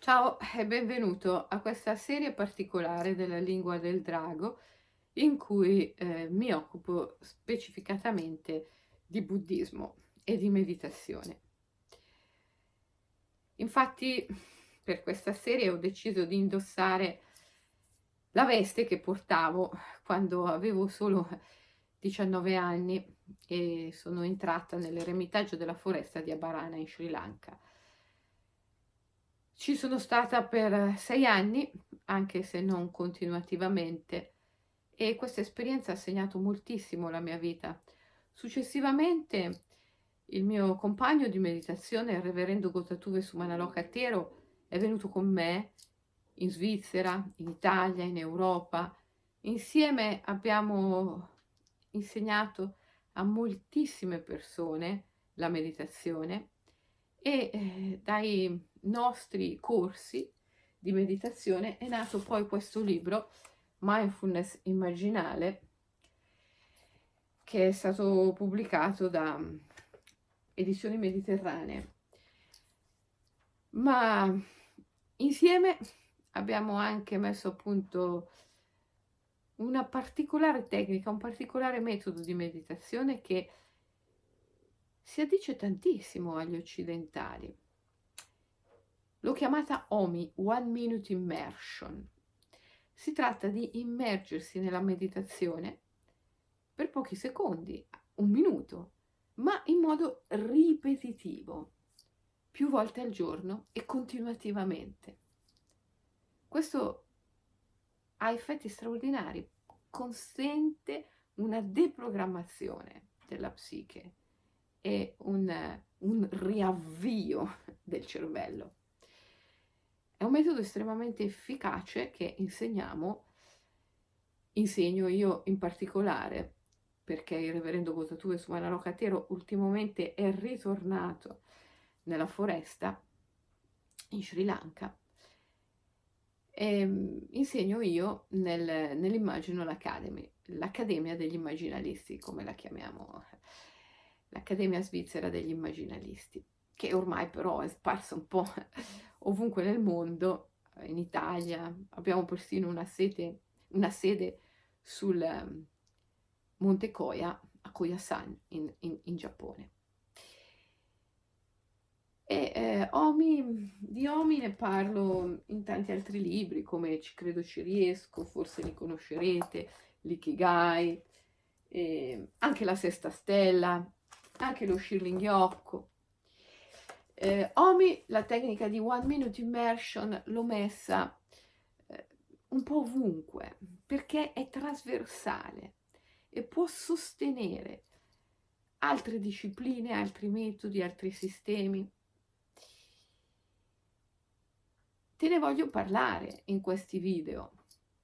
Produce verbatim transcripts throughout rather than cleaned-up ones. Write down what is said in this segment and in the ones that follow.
Ciao e benvenuto a questa serie particolare della lingua del drago in cui eh, mi occupo specificatamente di buddismo e di meditazione. Infatti, per questa serie ho deciso di indossare la veste che portavo quando avevo solo diciannove anni e sono entrata nell'eremitaggio della foresta di Abarana in Sri Lanka. Ci sono stata per sei anni, anche se non continuativamente, e questa esperienza ha segnato moltissimo la mia vita. Successivamente il mio compagno di meditazione, il reverendo Gotatuve Sumanaloka Thero, è venuto con me in Svizzera, in Italia, in Europa. Insieme abbiamo insegnato a moltissime persone la meditazione e eh, dai nostri corsi di meditazione è nato poi questo libro, Mindfulness Immaginale, che è stato pubblicato da Edizioni Mediterranee. Ma insieme abbiamo anche messo a punto una particolare tecnica, un particolare metodo di meditazione che si addice tantissimo agli occidentali. L'ho chiamata OMI, One Minute Immersion. Si tratta di immergersi nella meditazione per pochi secondi, un minuto, ma in modo ripetitivo, più volte al giorno e continuativamente. Questo ha effetti straordinari, consente una deprogrammazione della psiche e un, un riavvio del cervello. È un metodo estremamente efficace che insegniamo, insegno io in particolare, perché il reverendo Gotatuve Sumanaloka Thero ultimamente è ritornato nella foresta in Sri Lanka. E insegno io nel, nell'Imaginal Academy, l'Accademia degli Immaginalisti, come la chiamiamo, l'Accademia Svizzera degli Immaginalisti, che ormai però è sparsa un po' ovunque nel mondo, in Italia, abbiamo persino una sede, una sede sul Monte Koya, a Koyasan, in, in, in Giappone. E eh, Omi, di Omi ne parlo in tanti altri libri, come Ci credo ci riesco, forse li conoscerete, l'Ikigai, eh, anche La sesta stella, anche lo Shirling Yokko. Eh, Omi, la tecnica di One Minute Immersion, l'ho messa eh, un po' ovunque, perché è trasversale e può sostenere altre discipline, altri metodi, altri sistemi. Te ne voglio parlare in questi video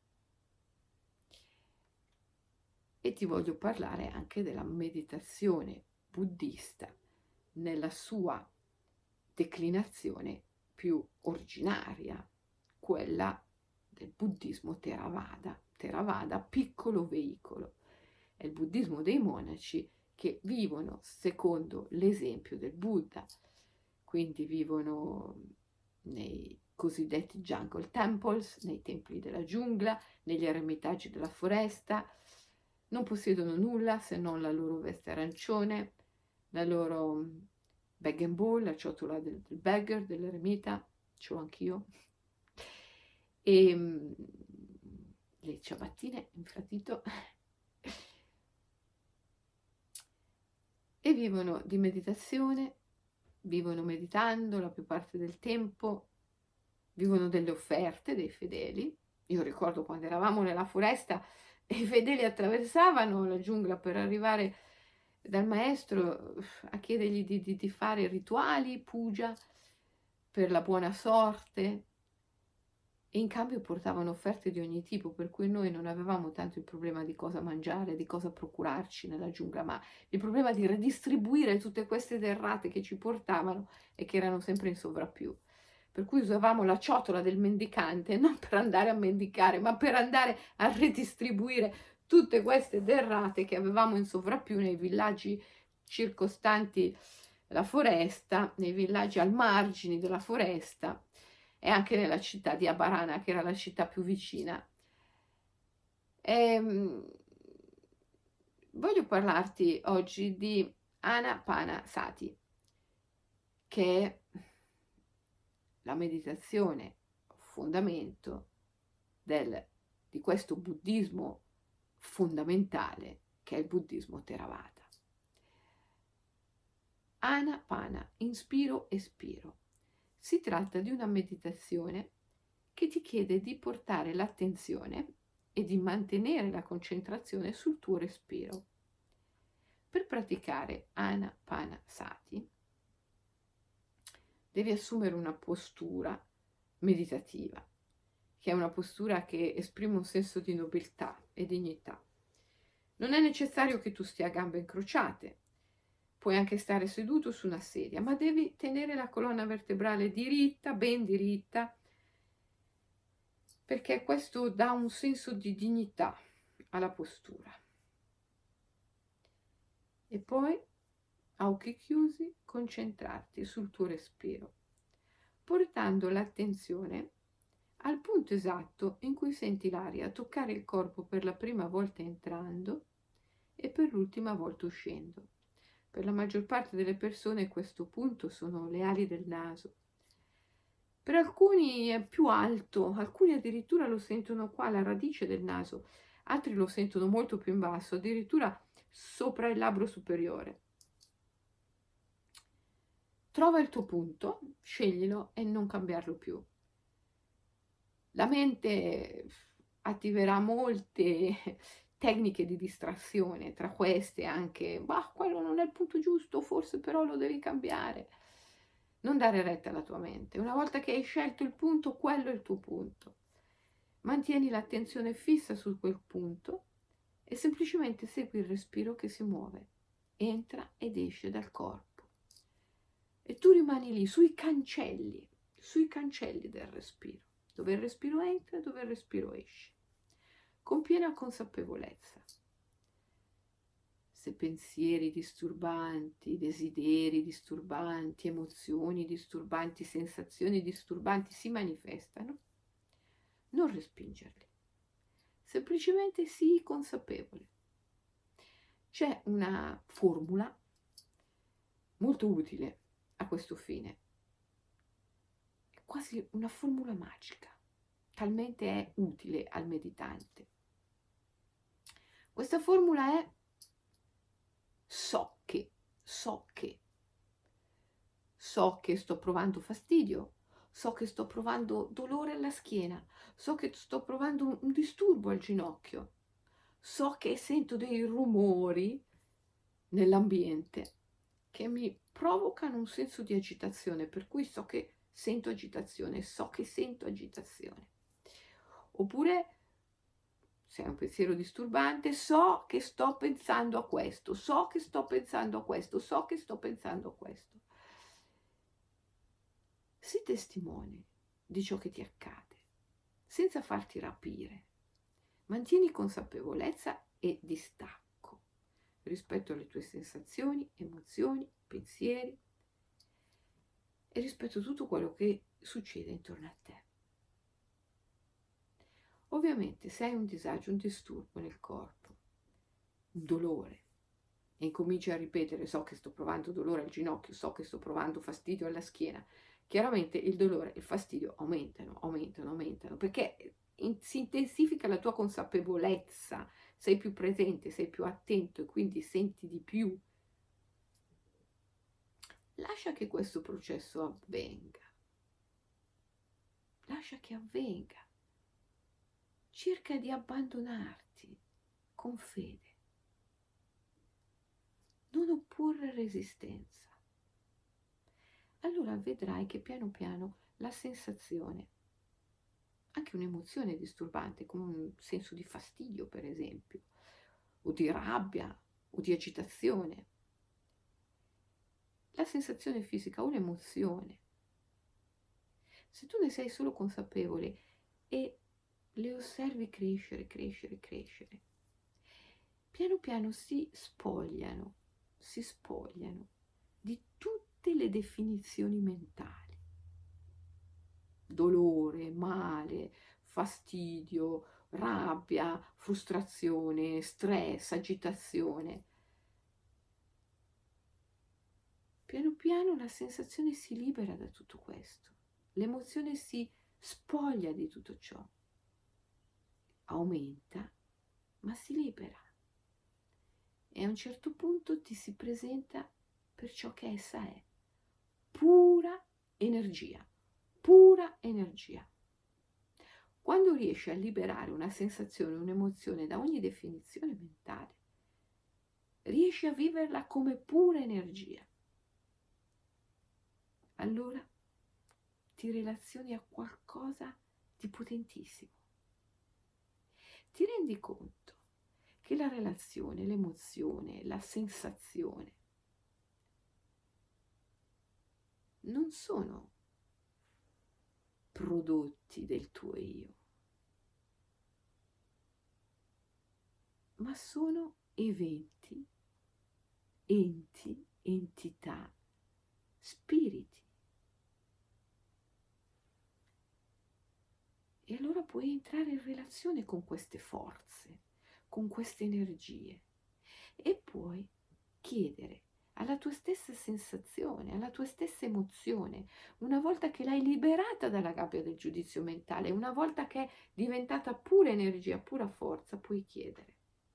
e ti voglio parlare anche della meditazione buddista nella sua declinazione più originaria, quella del buddismo Theravada. Theravada, piccolo veicolo, è il buddismo dei monaci che vivono secondo l'esempio del Buddha, quindi vivono nei cosiddetti jungle temples, nei templi della giungla, negli eremitaggi della foresta, non possiedono nulla se non la loro veste arancione, la loro bag and bowl, la ciotola del, del beggar, dell'eremita, ce l'ho anch'io, e um, le ciabattine, infradito, e vivono di meditazione, vivono meditando la più parte del tempo, vivono delle offerte dei fedeli. Io ricordo quando eravamo nella foresta e i fedeli attraversavano la giungla per arrivare dal maestro a chiedergli di, di, di fare rituali, puja, per la buona sorte, e in cambio portavano offerte di ogni tipo, per cui noi non avevamo tanto il problema di cosa mangiare, di cosa procurarci nella giungla, ma il problema di redistribuire tutte queste derrate che ci portavano e che erano sempre in sovrappiù. Per cui usavamo la ciotola del mendicante non per andare a mendicare, ma per andare a redistribuire tutte queste derrate che avevamo in sovrappiù nei villaggi circostanti la foresta, nei villaggi al margine della foresta, e anche nella città di Abarana, che era la città più vicina. E, voglio parlarti oggi di Anapanasati, che è la meditazione fondamento del, di questo buddismo fondamentale che è il buddismo Theravada. Anapana, inspiro, espiro. Si tratta di una meditazione che ti chiede di portare l'attenzione e di mantenere la concentrazione sul tuo respiro. Per praticare Anapanasati devi assumere una postura meditativa, che è una postura che esprime un senso di nobiltà e dignità. Non è necessario che tu stia a gambe incrociate, puoi anche stare seduto su una sedia, ma devi tenere la colonna vertebrale diritta, ben diritta, perché questo dà un senso di dignità alla postura. E poi, a occhi chiusi, concentrarti sul tuo respiro, portando l'attenzione al punto esatto in cui senti l'aria toccare il corpo per la prima volta entrando e per l'ultima volta uscendo. Per la maggior parte delle persone questo punto sono le ali del naso. Per alcuni è più alto, alcuni addirittura lo sentono qua alla radice del naso, altri lo sentono molto più in basso, addirittura sopra il labbro superiore. Trova il tuo punto, sceglilo e non cambiarlo più. La mente attiverà molte tecniche di distrazione, tra queste anche, bah, quello non è il punto giusto, forse però lo devi cambiare. Non dare retta alla tua mente. Una volta che hai scelto il punto, quello è il tuo punto. Mantieni l'attenzione fissa su quel punto e semplicemente segui il respiro che si muove, entra ed esce dal corpo. E tu rimani lì, sui cancelli, sui cancelli del respiro, dove il respiro entra e dove il respiro esce, con piena consapevolezza. Se pensieri disturbanti, desideri disturbanti, emozioni disturbanti, sensazioni disturbanti si manifestano, non respingerli, semplicemente sii consapevole. C'è una formula molto utile a questo fine, è quasi una formula magica, talmente è utile al meditante. Questa formula è so che, so che, so che sto provando fastidio, so che sto provando dolore alla schiena, so che sto provando un disturbo al ginocchio, so che sento dei rumori nell'ambiente che mi provocano un senso di agitazione, per cui so che sento agitazione, so che sento agitazione. Oppure, se è un pensiero disturbante, so che sto pensando a questo, so che sto pensando a questo, so che sto pensando a questo. Sii testimone di ciò che ti accade, senza farti rapire. Mantieni consapevolezza e distacco rispetto alle tue sensazioni, emozioni, pensieri e rispetto a tutto quello che succede intorno a te. Ovviamente se hai un disagio, un disturbo nel corpo, un dolore, e incominci a ripetere so che sto provando dolore al ginocchio, so che sto provando fastidio alla schiena, chiaramente il dolore e il fastidio aumentano, aumentano, aumentano, perché in, si intensifica la tua consapevolezza, sei più presente, sei più attento e quindi senti di più. Lascia che questo processo avvenga, lascia che avvenga, cerca di abbandonarti con fede, non opporre resistenza. Allora vedrai che piano piano la sensazione, anche un'emozione disturbante, come un senso di fastidio per esempio, o di rabbia o di agitazione, la sensazione fisica o l'emozione, se tu ne sei solo consapevole e le osservi crescere, crescere, crescere, piano piano si spogliano, si spogliano di tutte le definizioni mentali, dolore, male, fastidio, rabbia, frustrazione, stress, agitazione. Piano piano la sensazione si libera da tutto questo, l'emozione si spoglia di tutto ciò, aumenta, ma si libera e a un certo punto ti si presenta per ciò che essa è, pura energia, pura energia. Quando riesci a liberare una sensazione, un'emozione da ogni definizione mentale, riesci a viverla come pura energia. Allora ti relazioni a qualcosa di potentissimo. Ti rendi conto che la relazione, l'emozione, la sensazione non sono prodotti del tuo io, ma sono eventi, enti, entità, spiriti. E allora puoi entrare in relazione con queste forze, con queste energie e puoi chiedere alla tua stessa sensazione, alla tua stessa emozione, una volta che l'hai liberata dalla gabbia del giudizio mentale, una volta che è diventata pura energia, pura forza, puoi chiedere: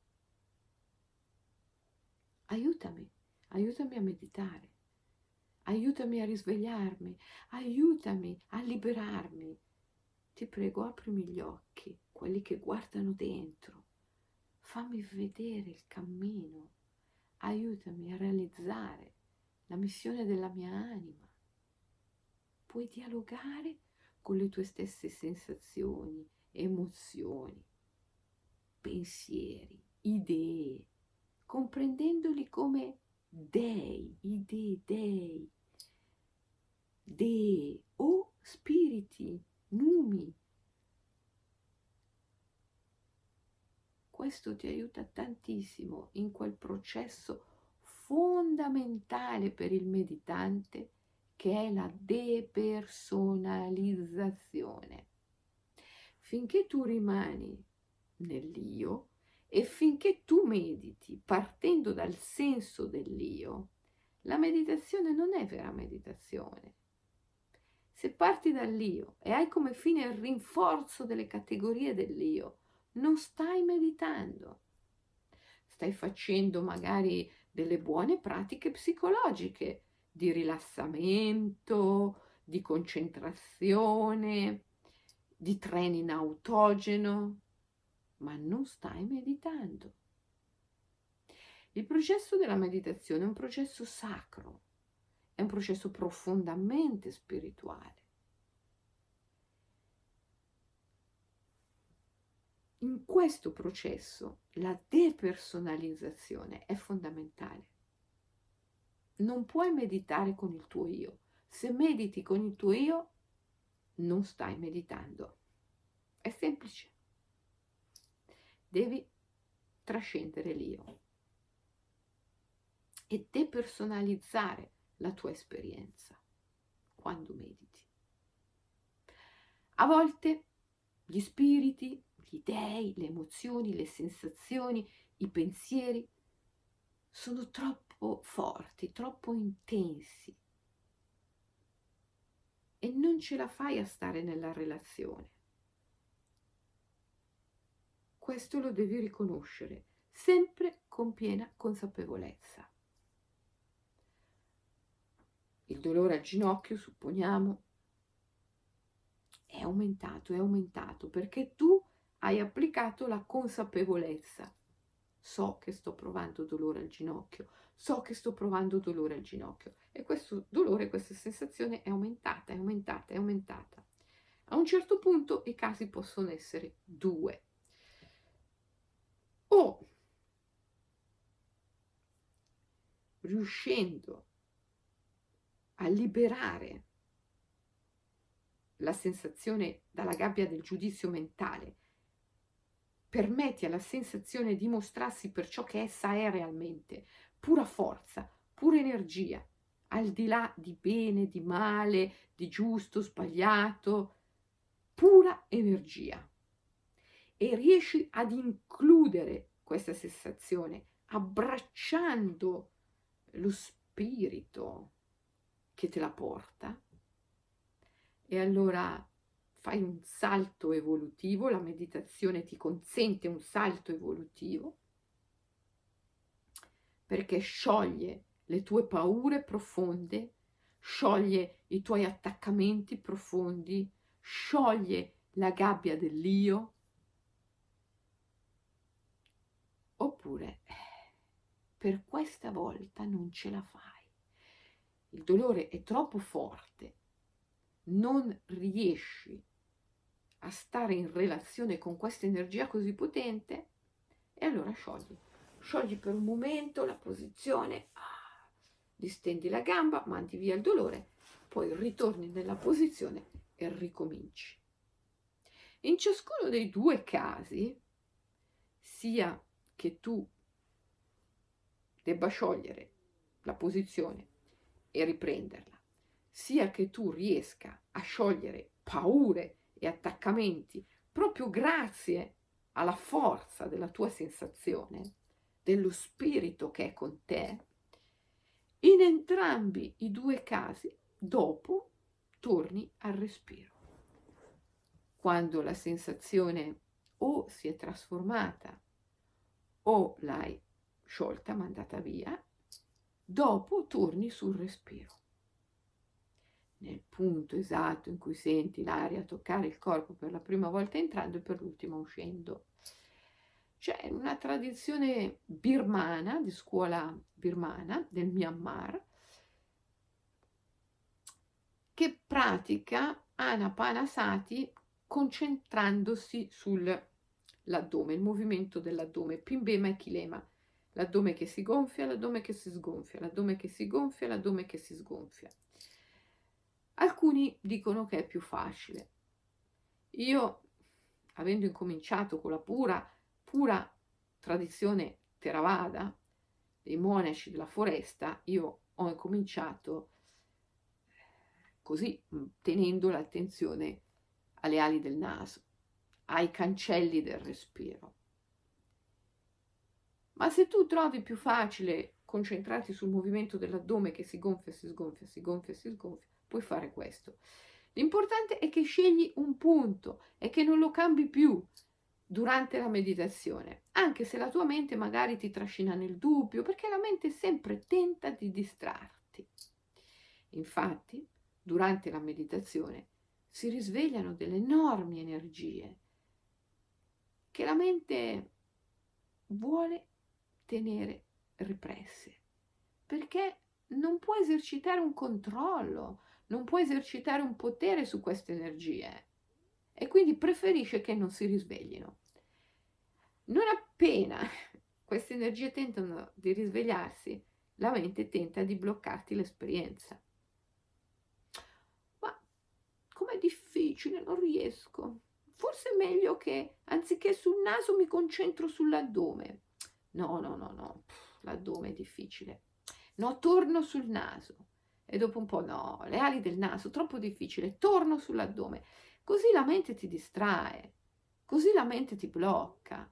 aiutami, aiutami a meditare, aiutami a risvegliarmi, aiutami a liberarmi. Ti prego, aprimi gli occhi, quelli che guardano dentro, fammi vedere il cammino, aiutami a realizzare la missione della mia anima. Puoi dialogare con le tue stesse sensazioni, emozioni, pensieri, idee, comprendendoli come dei, idee, dei, dee o spiriti, numi. Questo ti aiuta tantissimo in quel processo fondamentale per il meditante che è la depersonalizzazione. Finché tu rimani nell'io e finché tu mediti partendo dal senso dell'io, la meditazione non è vera meditazione. Se parti dall'io e hai come fine il rinforzo delle categorie dell'io, non stai meditando, stai facendo magari delle buone pratiche psicologiche di rilassamento, di concentrazione, di training autogeno, ma non stai meditando. Il processo della meditazione è un processo sacro, è un processo profondamente spirituale. In questo processo la depersonalizzazione è fondamentale. Non puoi meditare con il tuo io. Se mediti con il tuo io, non stai meditando. È semplice. Devi trascendere l'io e depersonalizzare la tua esperienza quando mediti. A volte gli spiriti, gli dei, le emozioni, le sensazioni, i pensieri sono troppo forti, troppo intensi e non ce la fai a stare nella relazione. Questo lo devi riconoscere, sempre con piena consapevolezza. Il dolore al ginocchio, supponiamo, è aumentato, è aumentato perché tu hai applicato la consapevolezza. So che sto provando dolore al ginocchio, so che sto provando dolore al ginocchio e questo dolore, questa sensazione è aumentata, è aumentata, è aumentata. A un certo punto i casi possono essere due. O riuscendo a liberare la sensazione dalla gabbia del giudizio mentale, permetti alla sensazione di mostrarsi per ciò che essa è realmente, pura forza, pura energia, al di là di bene, di male, di giusto, sbagliato, pura energia e riesci ad includere questa sensazione abbracciando lo spirito che te la porta, e allora fai un salto evolutivo. La meditazione ti consente un salto evolutivo perché scioglie le tue paure profonde, scioglie i tuoi attaccamenti profondi, scioglie la gabbia dell'io. Oppure per questa volta non ce la fai, il dolore è troppo forte, non riesci a stare in relazione con questa energia così potente, e allora sciogli. Sciogli per un momento la posizione, ah, distendi la gamba, mandi via il dolore, poi ritorni nella posizione e ricominci. In ciascuno dei due casi, sia che tu debba sciogliere la posizione e riprenderla, sia che tu riesca a sciogliere paure e attaccamenti proprio grazie alla forza della tua sensazione, dello spirito che è con te, in entrambi i due casi dopo torni al respiro. Quando la sensazione o si è trasformata o l'hai sciolta, mandata via, dopo torni sul respiro. Nel punto esatto in cui senti l'aria toccare il corpo per la prima volta entrando e per l'ultima uscendo. C'è una tradizione birmana, di scuola birmana, del Myanmar, che pratica Anapanasati concentrandosi sull'addome, il movimento dell'addome, Pimbema e Kilema, l'addome che si gonfia, l'addome che si sgonfia, l'addome che si gonfia, l'addome che si sgonfia. Alcuni dicono che è più facile. Io, avendo incominciato con la pura, pura tradizione Theravada, dei monaci della foresta, io ho incominciato così, tenendo l'attenzione alle ali del naso, ai cancelli del respiro. Ma se tu trovi più facile concentrarti sul movimento dell'addome che si gonfia, si sgonfia, si gonfia, si sgonfia, puoi fare questo. L'importante è che scegli un punto e che non lo cambi più durante la meditazione, anche se la tua mente magari ti trascina nel dubbio, perché la mente sempre tenta di distrarti. Infatti, durante la meditazione si risvegliano delle enormi energie che la mente vuole tenere represse, perché non può esercitare un controllo, non può esercitare un potere su queste energie e quindi preferisce che non si risveglino. Non appena queste energie tentano di risvegliarsi, la mente tenta di bloccarti l'esperienza. Ma com'è difficile, non riesco. Forse è meglio che anziché sul naso mi concentro sull'addome. No, no, no, no, l'addome è difficile. No, torno sul naso. E dopo un po', no, le ali del naso, troppo difficile, torno sull'addome. Così la mente ti distrae, così la mente ti blocca.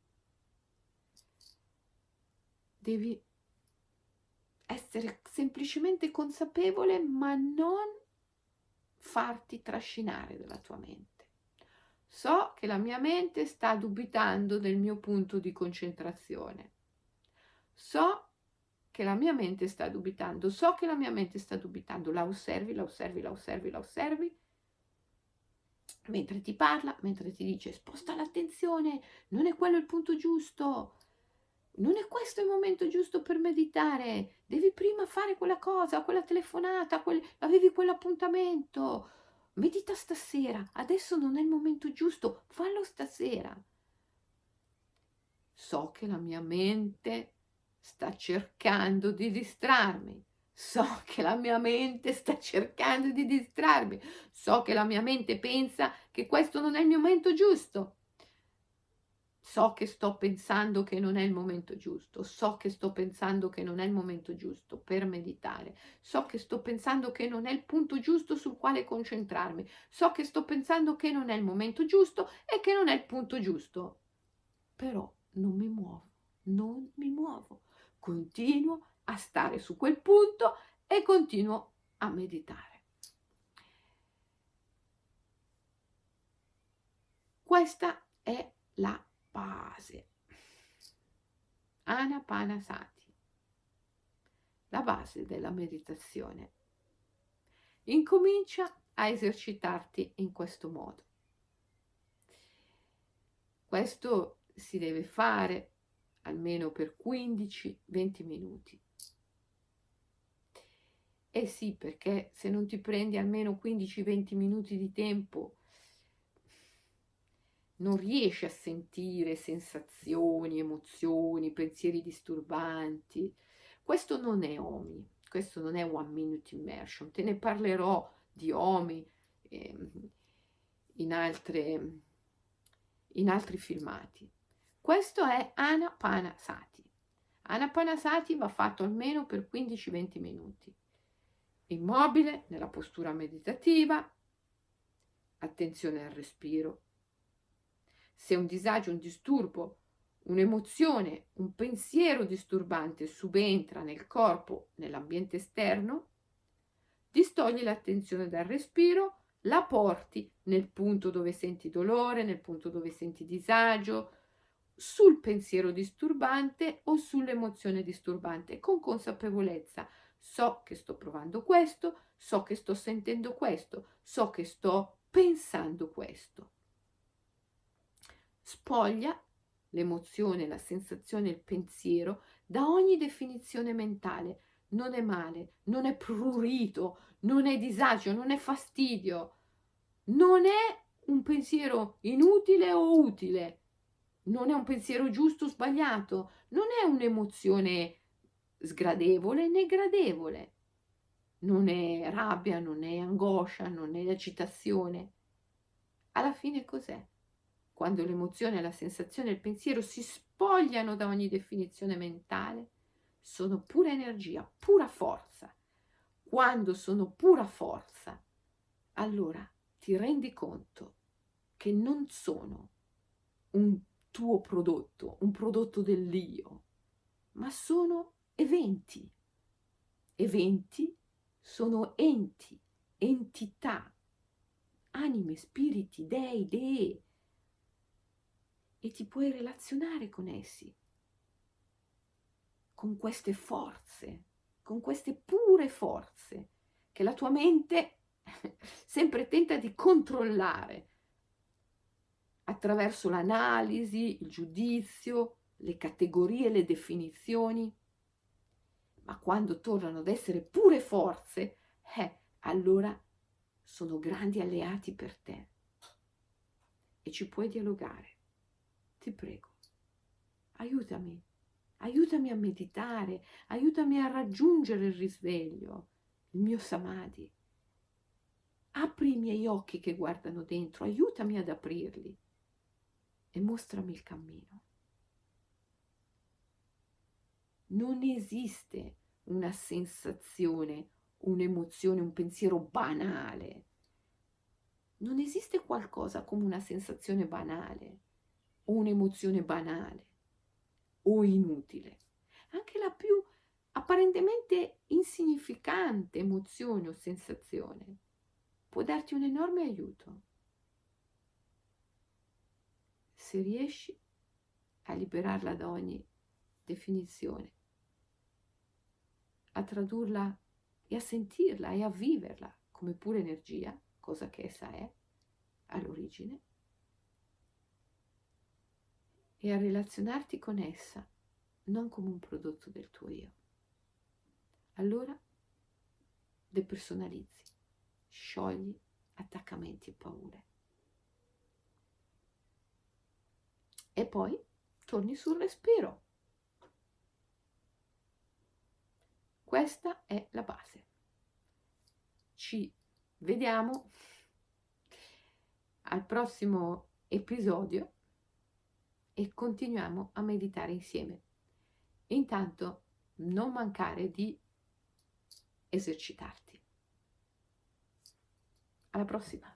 Devi essere semplicemente consapevole, ma non farti trascinare dalla tua mente. So che la mia mente sta dubitando del mio punto di concentrazione. So che la mia mente sta dubitando, so che la mia mente sta dubitando. La osservi, la osservi, la osservi, la osservi. Mentre ti parla, mentre ti dice sposta l'attenzione, non è quello il punto giusto. Non è questo il momento giusto per meditare. Devi prima fare quella cosa, quella telefonata, quel... avevi quell'appuntamento. Medita stasera, adesso non è il momento giusto, fallo stasera. So che la mia mente sta cercando di distrarmi, so che la mia mente sta cercando di distrarmi, so che la mia mente pensa che questo non è il momento giusto. So che sto pensando che non è il momento giusto, so che sto pensando che non è il momento giusto per meditare, so che sto pensando che non è il punto giusto sul quale concentrarmi, so che sto pensando che non è il momento giusto e che non è il punto giusto, però non mi muovo, non mi muovo, continuo a stare su quel punto e continuo a meditare. Questa è la base. Anapanasati, la base della meditazione. Incomincia a esercitarti in questo modo. Questo si deve fare almeno per quindici venti minuti. Eh sì, perché se non ti prendi almeno quindici venti minuti di tempo, non riesci a sentire sensazioni, emozioni, pensieri disturbanti. Questo non è Omi, questo non è One Minute Immersion. Te ne parlerò di Omi eh, in, altre, in altri filmati. Questo è Anapanasati. Anapanasati va fatto almeno per quindici venti minuti. Immobile, nella postura meditativa, attenzione al respiro. Se un disagio, un disturbo, un'emozione, un pensiero disturbante subentra nel corpo, nell'ambiente esterno, distogli l'attenzione dal respiro, la porti nel punto dove senti dolore, nel punto dove senti disagio, sul pensiero disturbante o sull'emozione disturbante, con consapevolezza. So che sto provando questo, so che sto sentendo questo, so che sto pensando questo. Spoglia l'emozione, la sensazione, il pensiero da ogni definizione mentale. Non è male, non è prurito, non è disagio, non è fastidio, non è un pensiero inutile o utile, non è un pensiero giusto o sbagliato, non è un'emozione sgradevole né gradevole, non è rabbia, non è angoscia, non è agitazione. Alla fine cos'è? Quando l'emozione, la sensazione e il pensiero si spogliano da ogni definizione mentale, sono pura energia, pura forza. Quando sono pura forza, allora ti rendi conto che non sono un tuo prodotto, un prodotto dell'io, ma sono eventi. Eventi sono enti, entità, anime, spiriti, dei, dee, e ti puoi relazionare con essi, con queste forze, con queste pure forze che la tua mente sempre tenta di controllare attraverso l'analisi, il giudizio, le categorie, le definizioni. Ma quando tornano ad essere pure forze, eh, allora sono grandi alleati per te e ci puoi dialogare. Ti prego, aiutami, aiutami a meditare, aiutami a raggiungere il risveglio, il mio samadhi. Apri i miei occhi che guardano dentro, aiutami ad aprirli e mostrami il cammino. Non esiste una sensazione, un'emozione, un pensiero banale. Non esiste qualcosa come una sensazione banale o un'emozione banale o inutile. Anche la più apparentemente insignificante emozione o sensazione può darti un enorme aiuto se riesci a liberarla da ogni definizione, a tradurla e a sentirla e a viverla come pura energia, cosa che essa è all'origine, e a relazionarti con essa non come un prodotto del tuo io. Allora depersonalizzi, sciogli attaccamenti e paure. E poi torni sul respiro. Questa è la base. Ci vediamo al prossimo episodio e continuiamo a meditare insieme. Intanto non mancare di esercitarti. Alla prossima!